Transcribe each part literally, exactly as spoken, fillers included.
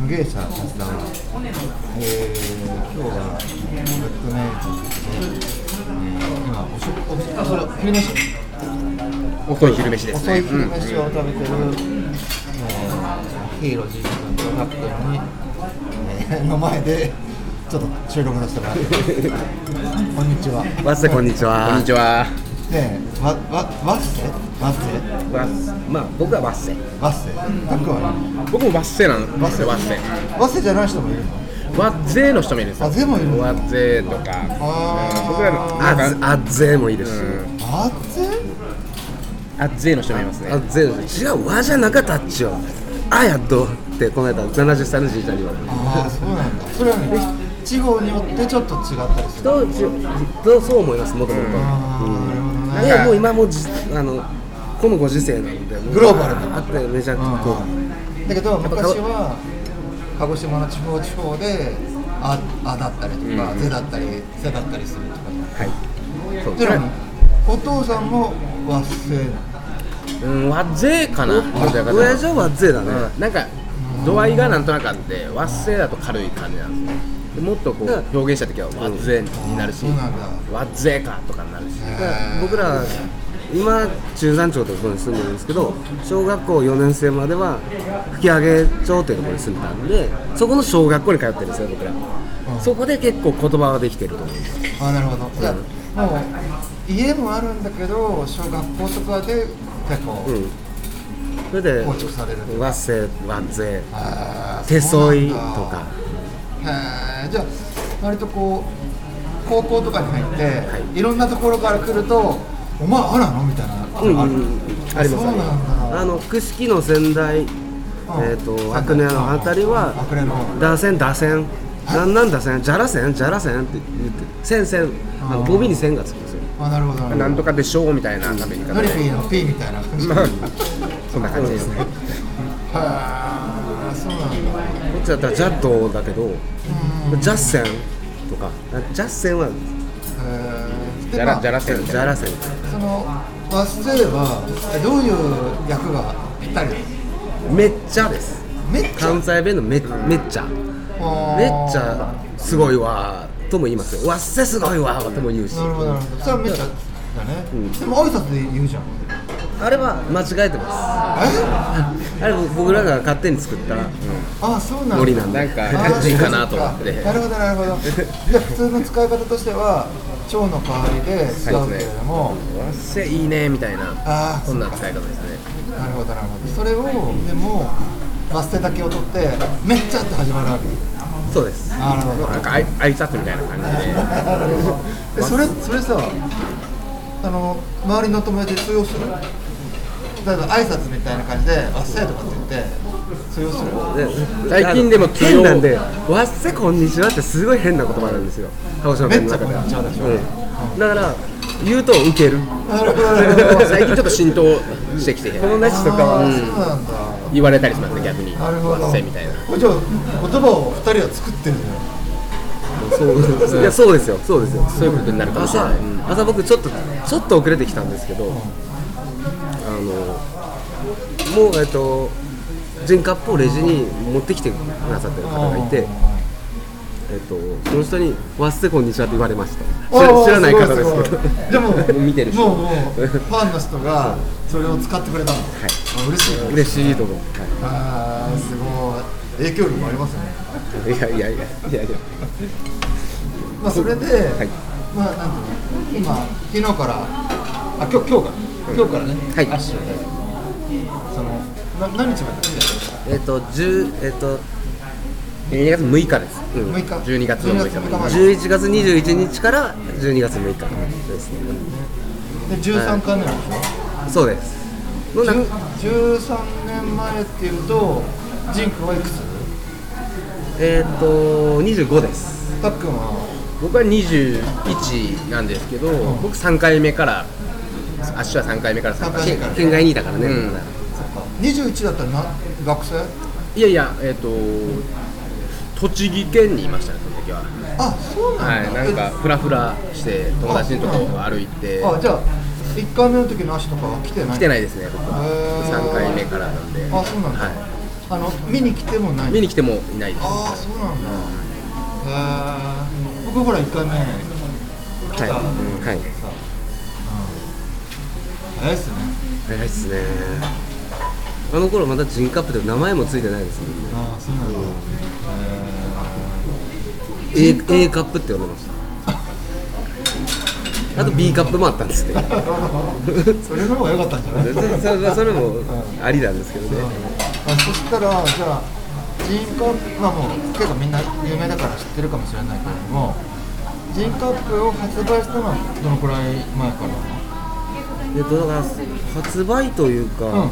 無芸者松田は、えー、今日はブックメイクで、えー、今おしおおあそれ昼飯遅い昼飯ですね。 遅い昼飯を食べてる、うんえー、ヒーロージー君とハックンに、えー、の前でちょっと収録の人がこんにちは。 わっせこんにちは。 こんにちは。 ねえ、わ、わ、わっせわっせわまあ僕はわっせ。 わっせハックンは僕もワッセなんですよ。ワッセ。 わっせじゃない人もいるの？ ワッゼーの人もいるんですよ。 あゼもいるのワッゼーとか。 あー僕らのあなんかあっぜもいるし、 うんあっぜアッゼーの人もいますね。 あっぜ違うわじゃなかったっちよ。あやっとってこの間ななじゅっさいのじいちゃんに言われた。 ああ、そうなんだ。それはね、地方によってちょっと違ったりする。 どうどうそう思いますもともと。 あーなるほどね。 でもう今もうじあのこのご時世なのでもうグローバルなあってめちゃくちゃこだけど昔は鹿児島の地方地方でああだったりとか、ぜだったりせだったりするとか。 はい。そうでもお父さんも和製。 うんワッゼーかな。どちらかというと親父はわっぜだね。 うんなんか度合いがなんとなくあってワッセーだと軽い感じなんですよ。でもっとこう表現した時はワッゼーになるし、 そうなんだ。 ワッゼーかとかになるし。 へー僕ら今中山町というところに住んでるんですけど、小学校よねん生までは吹上町というところに住んでたんで、そこの小学校に通ってるんですよ僕ら、 うんそこで結構言葉はできてると思います。 あ、なるほど。じゃあもう家もあるんだけど小学校とかで結構うん、それで構築される。 和製和税あー手添いとそうなんだかへえ、じゃあ割とこう高校とかに入って、い、ろんなところから来るとお前あらのみたいなのある、 うんうんうんあります。 そうなんだ。 あの串木の先代、えー、とアクネのあたりはアクネの打線打線なんなん打線じゃら線じゃら線って言って線線あの語尾に線がつくんですよ。 あ、なるほどなるほど。 なんとかでしょうみたいな食べ方で。 ノリピーの P みたいな感じ。 まあそんな感じですね。 へえ、そうなんだ。 こっちだったらジャッドだけどジャッセンとかジャッセンはへえ。 じゃらじゃらせんみたいな。 ジャラセンそのバステはえどういう役がぴったりなの？ めっちゃです。 めっちゃ関西弁のめめっちゃめっちゃすごいわとも言いますよ。わっせすごいわとも言うし、 なるほどなるほど。それはめっちゃだね。 んでも挨拶で言うじゃん。 あれは間違えてます。 え？ あれ僕らが勝手に作ったあ、そうなんだ。 ノリなんだ。 なんかあー変かなと思って。 なるほどなるほど。じゃあ普通の使い方としては蝶の代わりで使うけれども、 ワッセーいいねみたいな。 ああ、 そんな使い方ですね。 なるほどなるほど。それをでもバス停だけを取ってめっちゃって始まるわけ。 そうです。 なるほど。 なんかあい挨拶みたいな感じで。 なるほど。え、それそれさ、あの周りの友達で通用する？例えば挨拶みたいな感じで「わっせ」とかって言って通用する？ 最近でも通用変なんで「わっせこんにちは」ってすごい変な言葉なんですよ鹿児島弁の中では。 めっちゃこんにちはでしょうんだから言うとウケる。 なるほどなるほど。 最近ちょっと浸透してきて友達とかはあーそうなんだ。 言われたりしますね逆に。 なるほど。 ワッセーみたいな。 これじゃあ言葉を二人は作ってるじそういやそうですよそうですよ。 そういうことになるかもしれ朝ない。 朝僕ちょっとちょっと遅れてきたんですけど、あのもうえっと全カップをレジに持ってきてくださってる方がいて、えっとその人に「わっせこんにちは」って言われました。知ら知らない方ですけど。 でももう見てるしもうもうファンの人がそれを使ってくれたの。はい。嬉しい。 嬉しいと思う。 ああ、すごい影響力もありますね。 いやいやいやいやいや。 まあそれで、 はいまあなんていうの、今昨日からあ今日今日から今日からね、 はいアッシュでそのな何日までだっえっと十えっとじゅうにがつむいかです。 うんけ？むいか。 じゅうにがつのむいかまで。 十一月二十一日から十二月六日ですね。 で十三回目なんでしょ？ そうです。のな十三年前っていうとジン君はいくつ？ えっと二十五です。 たっくんは僕はにじゅういちなんですけど、 ん僕さんかいめからアッシュはさんかいめから参加して三回目から県外にいたからね。 うんにじゅういちだったらな学生？ いやいやえっ、と栃木県にいましたねその時は。 あ、そうなんだ。 はい、なんかフラフラして友達のとこを歩いてあ、じゃあいっかいめの時の足とかは来てない？ 来てないですね僕はへーさんかいめからなんで。 あ、そうなんだ。 はい、 あの見に来てもない。 見に来てもいないです。 ああそうなんだ。へえ。僕ほらいっかいめ来た。 はい、うんはい、 さうん、早いっすね。 早いっすね。あの頃まだジンカップで名前もついてないですもんね。 ああそうなんだ。 うん、A, A カップって呼んでました。あと B カップもあったんですね。 それの方が良かったんじゃない？ そ, そ, それもありなんですけどね。 あそしたらじゃあジンカップはもう結構みんな有名だから知ってるかもしれないけれども、ジンカップを発売したのはどのくらい前からなの？ えっとだから発売というか、 うん、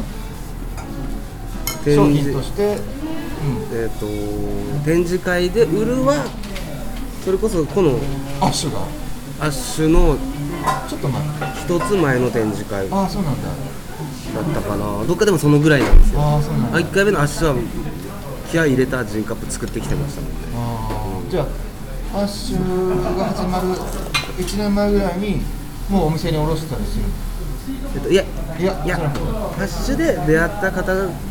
商品として、うん、 えっと展示会で売るはそれこそこのアッシュがアッシュのちょっと待って一つ前の展示会だああそうなんだったかな。どっかでもそのぐらいなんですよ。 ああそうなんだいっかいめのアッシュは気合い入れたジンカップ作ってきてましたもんね。 あーじゃあアッシュが始まるいちねんまえぐらいにもうお店に卸したりするの？ えっと、いやいやいやじゃなくてハッシュで出会った方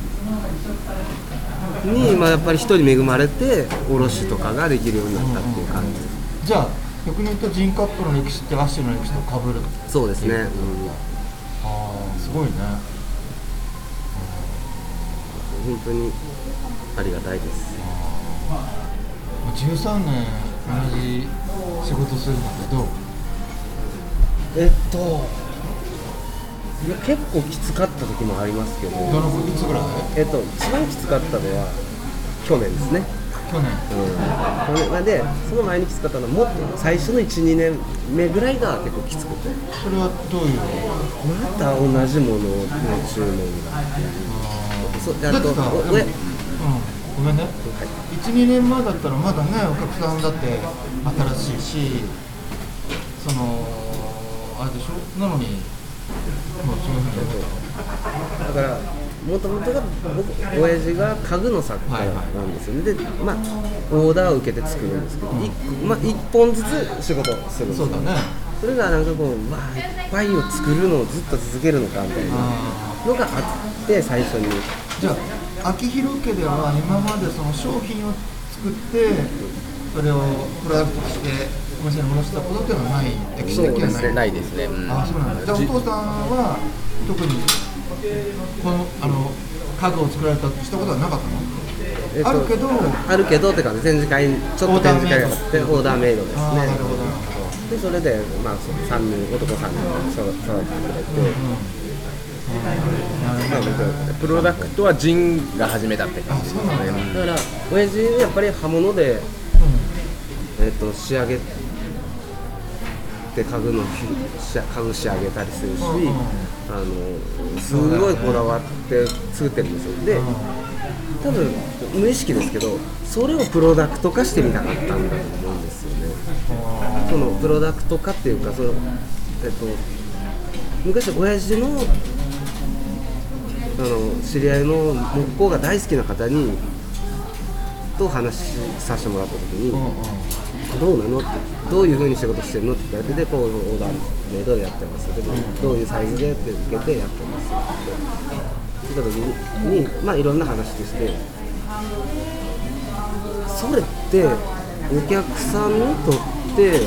に、まあ、やっぱり一人恵まれて卸とかができるようになったっていう感じ。 じゃあ逆に言うとジンカップの歴史ってアッシュの歴史と被る。 そうですね、うん、 ああすごいね。 本当にありがたいです。 じゅうさんねん同じ仕事するんだけどえっといや結構きつかった時もありますけど、 どのいつぐらい？ えっと一番きつかったのは去年ですね。 去年。 うん、去年でその前にきつかったのはもっと最初のいち、にねんめぐらいが結構きつくて、 それはどういう？ また同じものの注文がそあとだってさ、 おえでもうん、ごめんね。いち、にねんまえだったらまだねお客さんだって新しいし、そのあれでしょ。なのにもうそういうふうに思ったの。 だからもともとが僕親父が家具の作家なんですよね。でまあオーダーを受けて作るんですけど、いまあ、いっぽんずつ仕事するんですよ。 そうだね。 それがなんかこう、わあ、いっぱいを作るのをずっと続けるのかみたいなのがあって最初に。 じゃあ秋広家では今までその商品を作ってそれをプロダクトとしてお店に卸したことっていうのはない、歴史的にはない。 ないですね。うん、 ああそうなんだ。じゃあお父さんは特にこのあの家具を作られたってしたことはなかったの？ えっとあるけどあるけどって感じで展示会にちょっと展示会があってオーダーメイドですね。 あーなるほどなるほど。 でそれでまあさんにん男さんにん育ててくれて、 まあ僕プロダクトはジンが始めたって感じですね。 だから親父やっぱり刃物で、えっと仕上げて家具のし家具仕上げたりするし、あのすごいこだわって作ってるんですよ。で多分無意識ですけどそれをプロダクト化してみたかったんだと思うんですよね。そのプロダクト化っていうかその、えっと、昔親父のあの知り合いの木工が大好きな方にと話しさせてもらった時に、どうなのってどういう風に仕事してるのって言われて、でこうオーダーメイドでやってます。でもどういうサイズでって受けてやってますって言った時に、まあいろんな話でして、それってお客さんにとって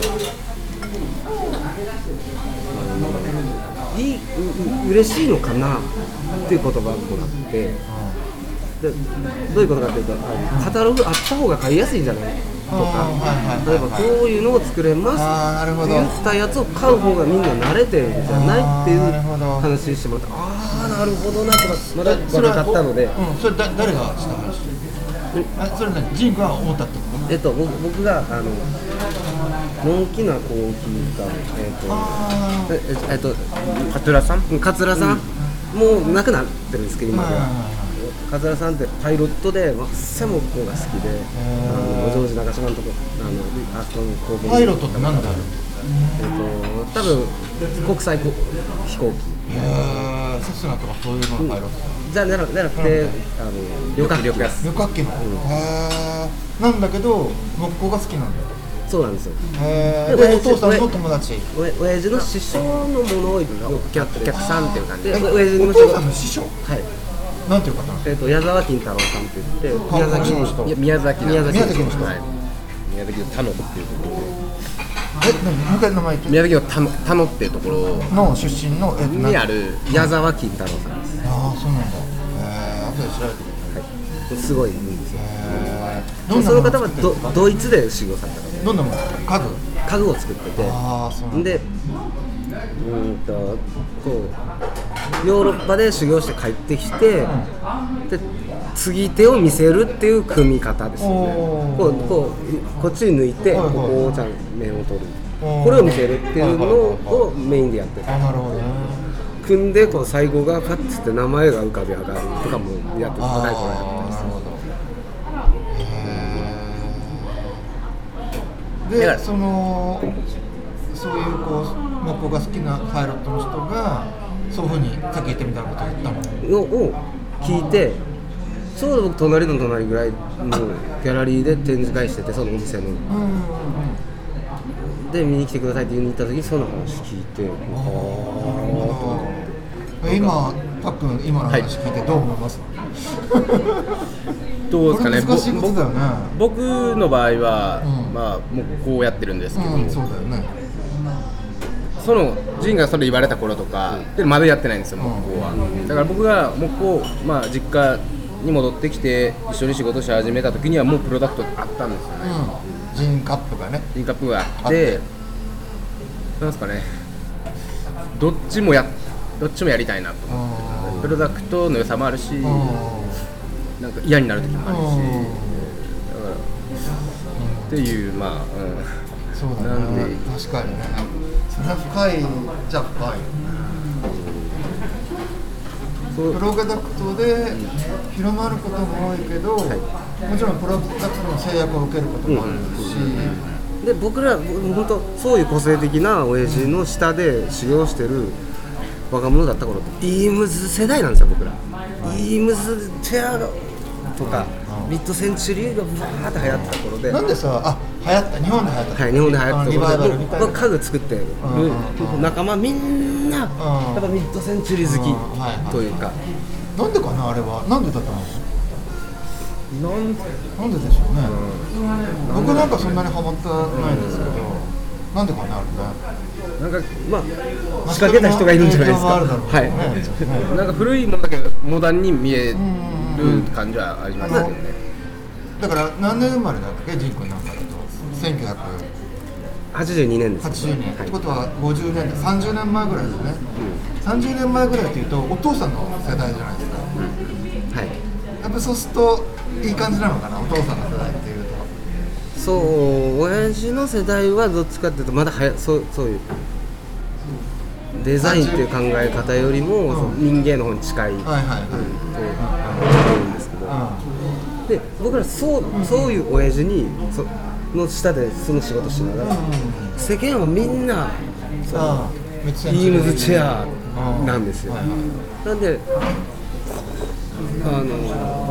いいう嬉しいのかなっていう言葉があって、でどういうことかっていうと、カタログあった方が買いやすいんじゃないとか、例えばこういうのを作れますって言ったやつを買う方がみんな慣れてるんじゃないっていう話してもらって、ああなるほどなとかまだ分かったので、 うん、それだ誰がした話？あそれ何ジンクが思ったってこと？ えっと僕僕があののんきなコーヒーがえっとあーええっと桂さん桂さん、もう亡くなってるんですけど今では。桂さんってパイロットでマッサモコが好きで、あのジョージ長島のとこあのあそこの工房パイロットって何だろう？ えっと多分国際こ飛行機へーセスナとかそういうののパイロットじゃじゃなじゃなくてあの旅客機旅客旅客機の、へーなんだけど木工が好きなんだよ。 そうなんですよ。 へーででお父さんの友達。 おや親父の師匠のものをよくやってるお客さんっていう感じでで。 親父にもお父さんの師匠。 はいなんていう方なんですえー、と矢沢金太郎さんって言ってはい宮崎はいはいいや宮崎なんです宮崎の人はい、宮崎の田野っていうところでか？え、何もう一回名前言って。 宮崎の田野田野っていうところの出身のえっとにある矢沢金太郎さんです、 ああ、そうなんだ。えー、後で調べてみる。 すごいいいんですよ。 えー、 そどんなものの方はド作ってるんですか？ ドイツで修行された方どんなもの家具？ 家具を作ってて、 ああ、そうなんだ。 でうーんとこうヨーロッパで修行して帰ってきて、で継ぎ手を見せるっていう組み方ですよね。 おーこうこうこっちに抜いて、 はいはいここをちゃん面を取る、 おーこれを見せるっていうのはいはいはいはいをメインでやってて、 あ、なるほどね。 組んでこう最後がパッつって名前が浮かび上がるとかもやってあ若い頃やってあ、 ました。 なるほど。へー。で、 だからそのそういうこう木工が好きなパイロットの人がそういうふうにさっき言ってみたいなこと言ったの。 のを聞いて、ちょうど僕隣の隣ぐらいのギャラリーで展示会してて、そのお店のうんうんうん。 で見に来てくださいって言いに行った時にその話聞いて、 あ今、たっくん今の話聞いてどう思います？ どうですかね。 これ難しいことだよね。 ぼ僕の場合は、 うんまあもうこうやってるんですけど、 うん、そうだよね。 そのジンがそれ言われた頃とか、でまだやってないんですよ、木工は。だから僕が木工、まあ、実家に戻ってきて一緒に仕事し始めた時にはもうプロダクトあったんですよね。 うん、ジンカップがね。 ジンカップがあっあってて、なんですかね、どっちもやどっちもやりたいなと思って、 うんプロダクトの良さもあるし、 うんなんか嫌になる時もあるし、 うんだからっていう、まあ、うんそうだなんねで。 確かにね。それは深いじゃ深いよね。 そうプロダクトで広まることも多いけど、もちろんプロダクトの制約を受けることもあるし、 で僕ら本当そういう個性的な親父の下で修行してる若者だった頃ってイームズ世代なんですよ僕ら。イームズチェアとかミッドセンチュリーがバーって流行ってた頃で、 なんでさ、あ、流行った日本で流行った。 はい、日本で流行あのリバイってた頃でバルみたいな。 僕家具作ってるうんうんうん仲間みんなやっぱミッドセンチュリー好うんはいはいきというか、 なんでかなあれは。なんでだったの？ なんなんででしょうね。僕なんかそんなにハマってないんですけど、なんでかなあれね。 なんかまあ仕掛けた人がいるんじゃないですか。 影響があるだろうはねい。 なんか古いものだけどモダンに見える感じはありますけどね。 だから何年生まれなんだっけ、ジン君なんかだとせんきゅうひゃくはちじゅうにねんです。 はちじゅうねん、 はいってことはごじゅうねんだい、さんじゅうねんまえぐらいですね、さんじゅうねんまえぐらいっていうとお父さんの世代じゃないですか。 はい。 やっぱそうするといい感じなのかな、お父さんの世代っていうと。 そう親父の世代はどっちかっていうとまだはやそうそういうデザインっていう考え方よりも、 うんその人間の方に近い、 はいはいはい、 と思うんですけど、で僕らそうそういう親父にその下でその仕事しながら、世間はみんなそのイームズチェアなんですよ。なんであの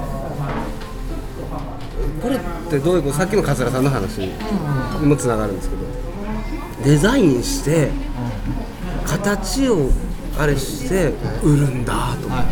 これってどういうこと、さっきの桂さんの話にもつながるんですけど、デザインして形をあれして売るんだと思って、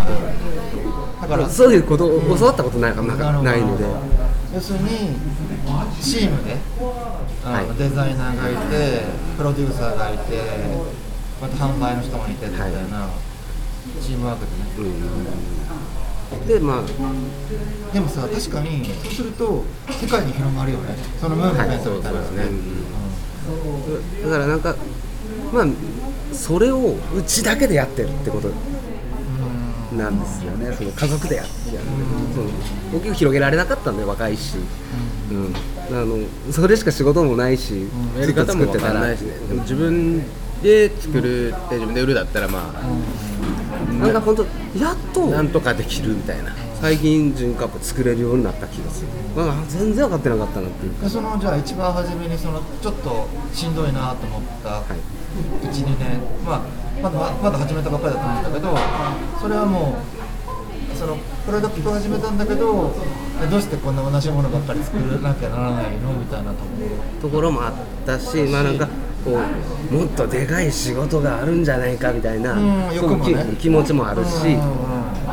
だからそういうことを教わったことないかなかないので、 要するにチームで、あのはいデザイナーがいてプロデューサーがいてまた販売の人もいてみたいな、チームワークでね、 でまあでもさ、確かにそうすると世界に広まるよね、そのムーブメントみたいなのね、 だからなんかまあそれをうちだけでやってるってことなんですよね。その家族でやってやる、その大きく広げられなかったんで若いし、うん、あのそれしか仕事もないし、 やり方も分かんないしね。でも自分で作るって自分で売るだったらまあ、 なんか本当やっとなんとかできるみたいな。 最近ジンカップ作れるようになった気がする。まあ全然分かってなかったなっていうか。 でそのじゃあ一番初めにそのちょっとしんどいなと思ったはいいち、にねん、まあ、まだまだ始めたばっかりだと思うんだけど、それはもうそのプロダクトを始めたんだけど、えどうしてこんな同じものばっかり作らなきゃならないのみたいなところ。 ところもあったし、まあなんかこうもっとでかい仕事があるんじゃないかみたいな、 うん欲もねそういう気気持ちもあるし、 うんうんうん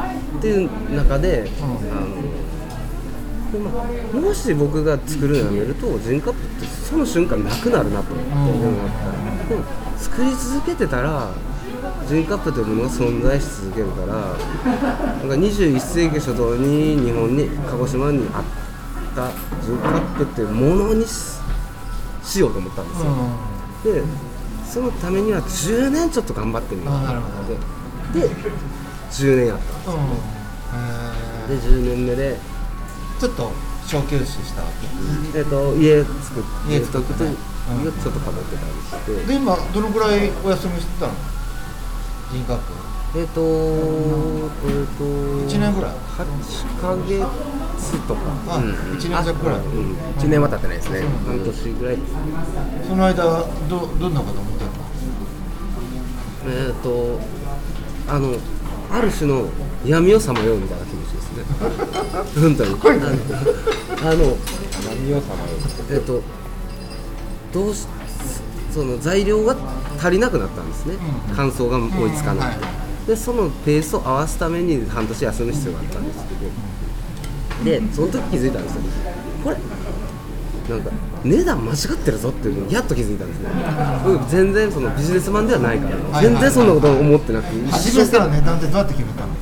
っていう中で、 うんあのでまあ、もし僕が作るのやめるとジンカップってその瞬間なくなるなと思って、 うんでもでも作り続けてたらジンカップというものが存在し続けるからなんかにじゅういっせいき初頭に日本に鹿児島にあったジンカップっていうものに し, しようと思ったんですよ、でそのためにはじゅうねんちょっと頑張ってみようあなるほどででじゅうねんやったうんへでじゅうねんめで、 ーちょっと小休止したわけえー、と家作っ家作ってとねうんちょっとかぶってたりしてで今どのぐらいお休みしてたのジンカップえっ、とえっ、といちねんぐらいはちかげつとかあ、 うんいちねん弱ぐらい、 うんいちねんは経ってないですね、 半年ぐらいですその間どどんなこと思ってるのえっ、とあのある種の闇をさまようみたいな気持ちですね本当にこいいねあの何をさまよえっ、とどうしその材料が足りなくなったんですね、 うん乾燥が追いつかない、 うんはでそのペースを合わすために半年休む必要があったんですけど、でその時気づいたんですよ、これなんか値段間違ってるぞっていうのにやっと気づいたんですね僕全然そのビジネスマンではないから、 はいはいはい全然そんなこと思ってなくて、 初めから値段ってどうやって決めたの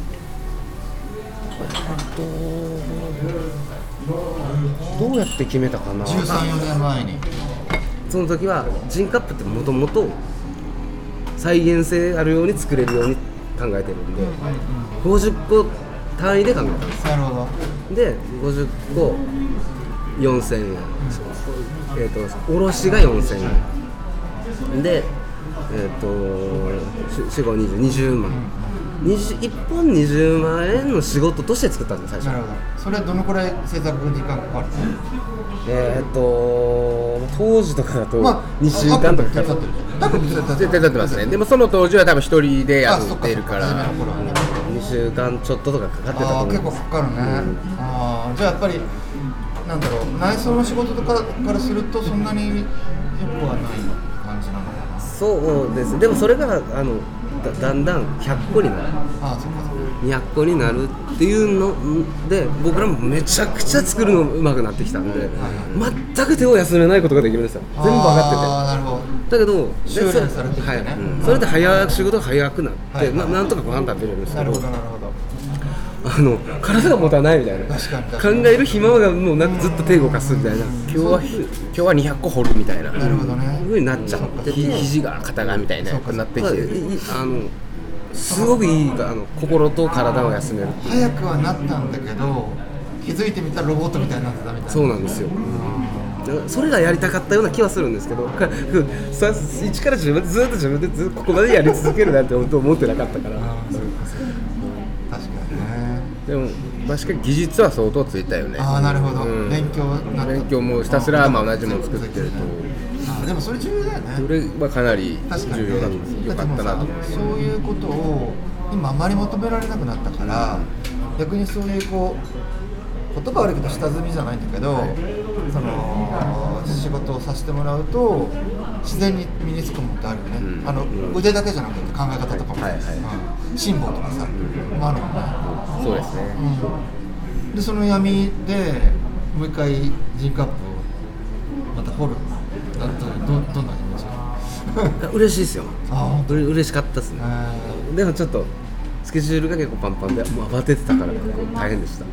どうやって決めたかな。 じゅうさん、よねんまえにその時はジンカップってもともと再現性あるように作れるように考えてるんで、ごじゅっこ単位で考えたんです。 なるほどでごじゅっこよんせんえん、えー、と卸がよんせんえんで、えー、とよん、ご、にじゅう、にじゅうまん、にじゅういっぽんにじゅうまんえんの仕事として作ったんです最初。 なるほどそれはどのくらい制作に時間かかるのえー、と当時とかだとまあにしゅうかんとかかか手伝ってるタコ手伝って手伝ってますね。でもその当時は多分一人でやあそっかっているから初めの頃はねにしゅうかんちょっととかかかってたとあー思うんです。 結構かかるね、あーじゃあやっぱりなんだろう内装の仕事とかからするとそんなによくはない感じなのかなそうです。でもそれがあの だ, だんだんひゃっこになる、 あーそっかそっかにひゃっこになるっていうので、僕らもめちゃくちゃ作るの上手くなってきたんで、全く手を休めないことができるんですよ。全部分かってて。 あーなるほどだけど修練されてきてねはいうんそれで早く仕事が早くなって、 はいはいななんとかご飯食べれるんですけど、 なるほどなるほどあの体が持たないみたいな、 確かに確考かにえる暇がもうなんかずっと手動かすみたいな、 今日はひ今日はにひゃっこ掘るみたいななるほどねふうになっちゃってて、 ひ肘が肩がみたいななってきてまあいいあのすごくいいあの心と体を休めるっていう。 早くはなったんだけど気づいてみたらロボットみたいになってたみたいなそうなんですよ。だからそれがやりたかったような気はするんですけど、かさいちからじゅうまでずっと自分でずっとここまでやり続けるなんて思ってなかったから。 あーそうかそうか確かにねでも確かに技術は相当ついたよね。 ああなるほど、 うん勉強になった勉強もひたすらまあ同じもの作ってるとあーでもそれ重要だよねそれはかなり確かに重要だったよかったなと思って。 だってもうさそういうことを今あまり求められなくなったから逆にそういうこう言葉悪いけど下積みじゃないんだけど、その仕事をさせてもらうと自然に身につくものってあるよね、 うんあの腕だけじゃなくて考え方とかも、 はいはいうん辛抱とかさ、もあるもんね、 そうですね。 うん、でその闇でもう一回ジンカップをまた掘るだとどどんな気持ち嬉しいですよ。 あうれ嬉しかったですね。 あでもちょっとスケジュールが結構パンパンで、もう慌ててたから結構大変でした。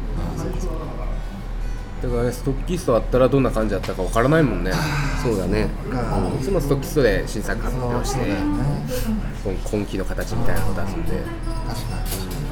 だからね、ストッキストあったらどんな感じだったかわからないもんね。 そうだね。 いつもストッキストで新作発そう表してそうだよね今期の形みたいなのを出すんで。 確かに確か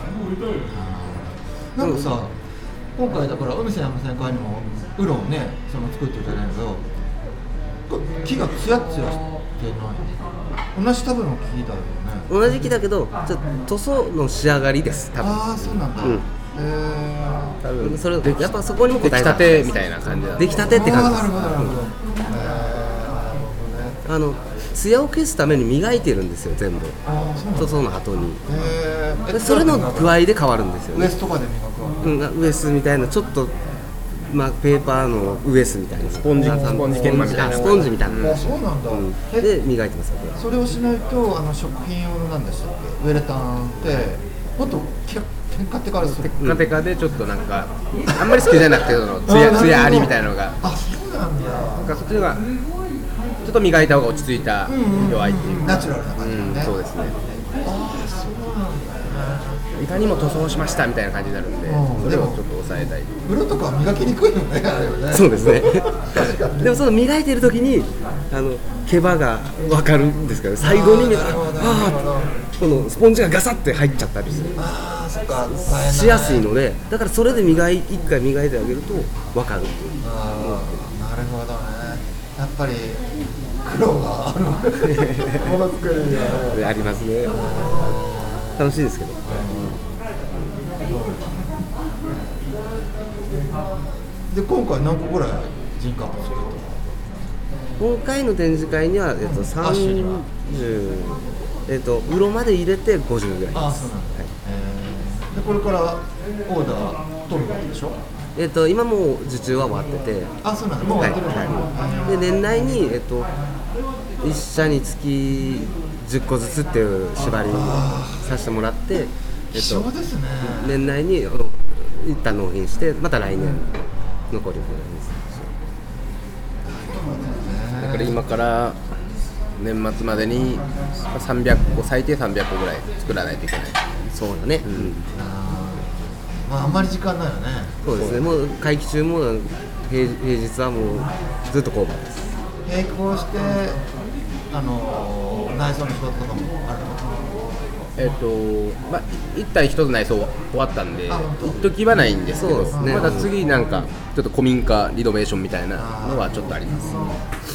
になんかさ今回だから海線山線会にもウロンをねその作ってるじゃないけどこ木がツヤツヤしてない同じ多分の木だよね同じ木だけど、ちょっと塗装の仕上がりです。多分。 ああそうなんだ、 うんへー多分それやっぱそこにも出来た答えがてみたいな感じだ。 出来たてって感じです。 あーなるほどなるほど、 うんへーなるほどねあの艶を消すために磨いてるんですよ全部。 ああそうなんだ塗装の後に。 へーえでそれの具合で変わるんですよね。 ウエストとかで磨くわけうん、ウエスみたいなちょっと、まあ、ペーパーのウエスみたいなスポンジスポンジ研磨みたいなスポンジみたいな、 あそうなんだ、 うんえで磨いてますよこれ。 それをしないとあの食品用のなんでしたっけウェルタンってもっとテカテカでする。 テカテカでちょっとなんかあんまり好きじゃなくて、そのツヤツヤありみたいなのが、 あ、そうなんだ。 なんかそっちのがちょっと磨いた方が落ち着いた色合いっていうか、 ナチュラルな感じだね。 うん、そうですね。 ああ、そうなんだね。 いかにも塗装しましたみたいな感じになるんで、 うんそれをちょっと抑えたい。 風呂とか磨きにくいよね、あれよね。 そうですねでもその磨いてる時にあの毛羽が分かるんですけど、最後に見たらあーなるほどなるあほどあこのスポンジがガサッて入っちゃったりするああ、そっか、大変だねしやすいので、だからそれで磨い一回磨いてあげると分かるっていうあーなるほどね。やっぱり苦労があるもの作るにはね。 でありますね。楽しいですけど。 で、今回何個ぐらい人カップ作っ今回の展示会には、えっと、さんじゅう、えっと、うろまで入れてごじゅうぐらいです。 た？ああ、そうなんだ。 はいえーで、これからオーダー取るわけでしょ？ えっと、今もう受注は終わってて、 あ、そうなんだ。もうはいやってるんだ。 はい、で年内に、えっと、いっ社につきじゅっこずつっていう縛りにさせてもらって、えっ希少と、 ですね。 年内にあの一旦納品してまた来年残りをだから今から年末までにさんびゃっこ、最低さんびゃっこぐらい作らないといけない。 そうだね、うんあーまあ、あんまり時間ないよね。 そうですね、もう会期中も平平日はもうずっと工場です。 並行して、あのー内装の仕事とかもあるの？ えっとまあ一体一つ内装終わったんであ本当一時はないんですけど、 そうですねまだ次なんかちょっと古民家リノベーションみたいなのはちょっとあります。